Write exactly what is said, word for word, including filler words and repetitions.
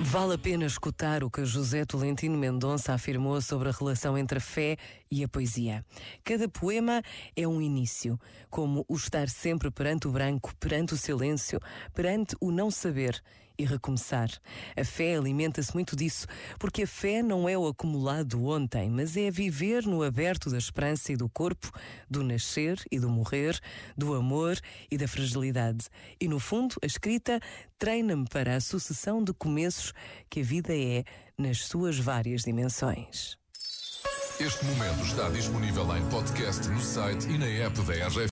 Vale a pena escutar o que José Tolentino Mendonça afirmou sobre a relação entre a fé e a poesia. Cada poema é um início, como o estar sempre perante o branco, perante o silêncio, perante o não saber e recomeçar. A fé alimenta-se muito disso, porque a fé não é o acumulado do ontem, mas é viver no aberto da esperança e do corpo, do nascer e do morrer, do amor e da fragilidade. E no fundo, a escrita treina-me para a sucessão de começos que a vida é nas suas várias dimensões. Este momento está disponível em podcast no site e na app da R G F.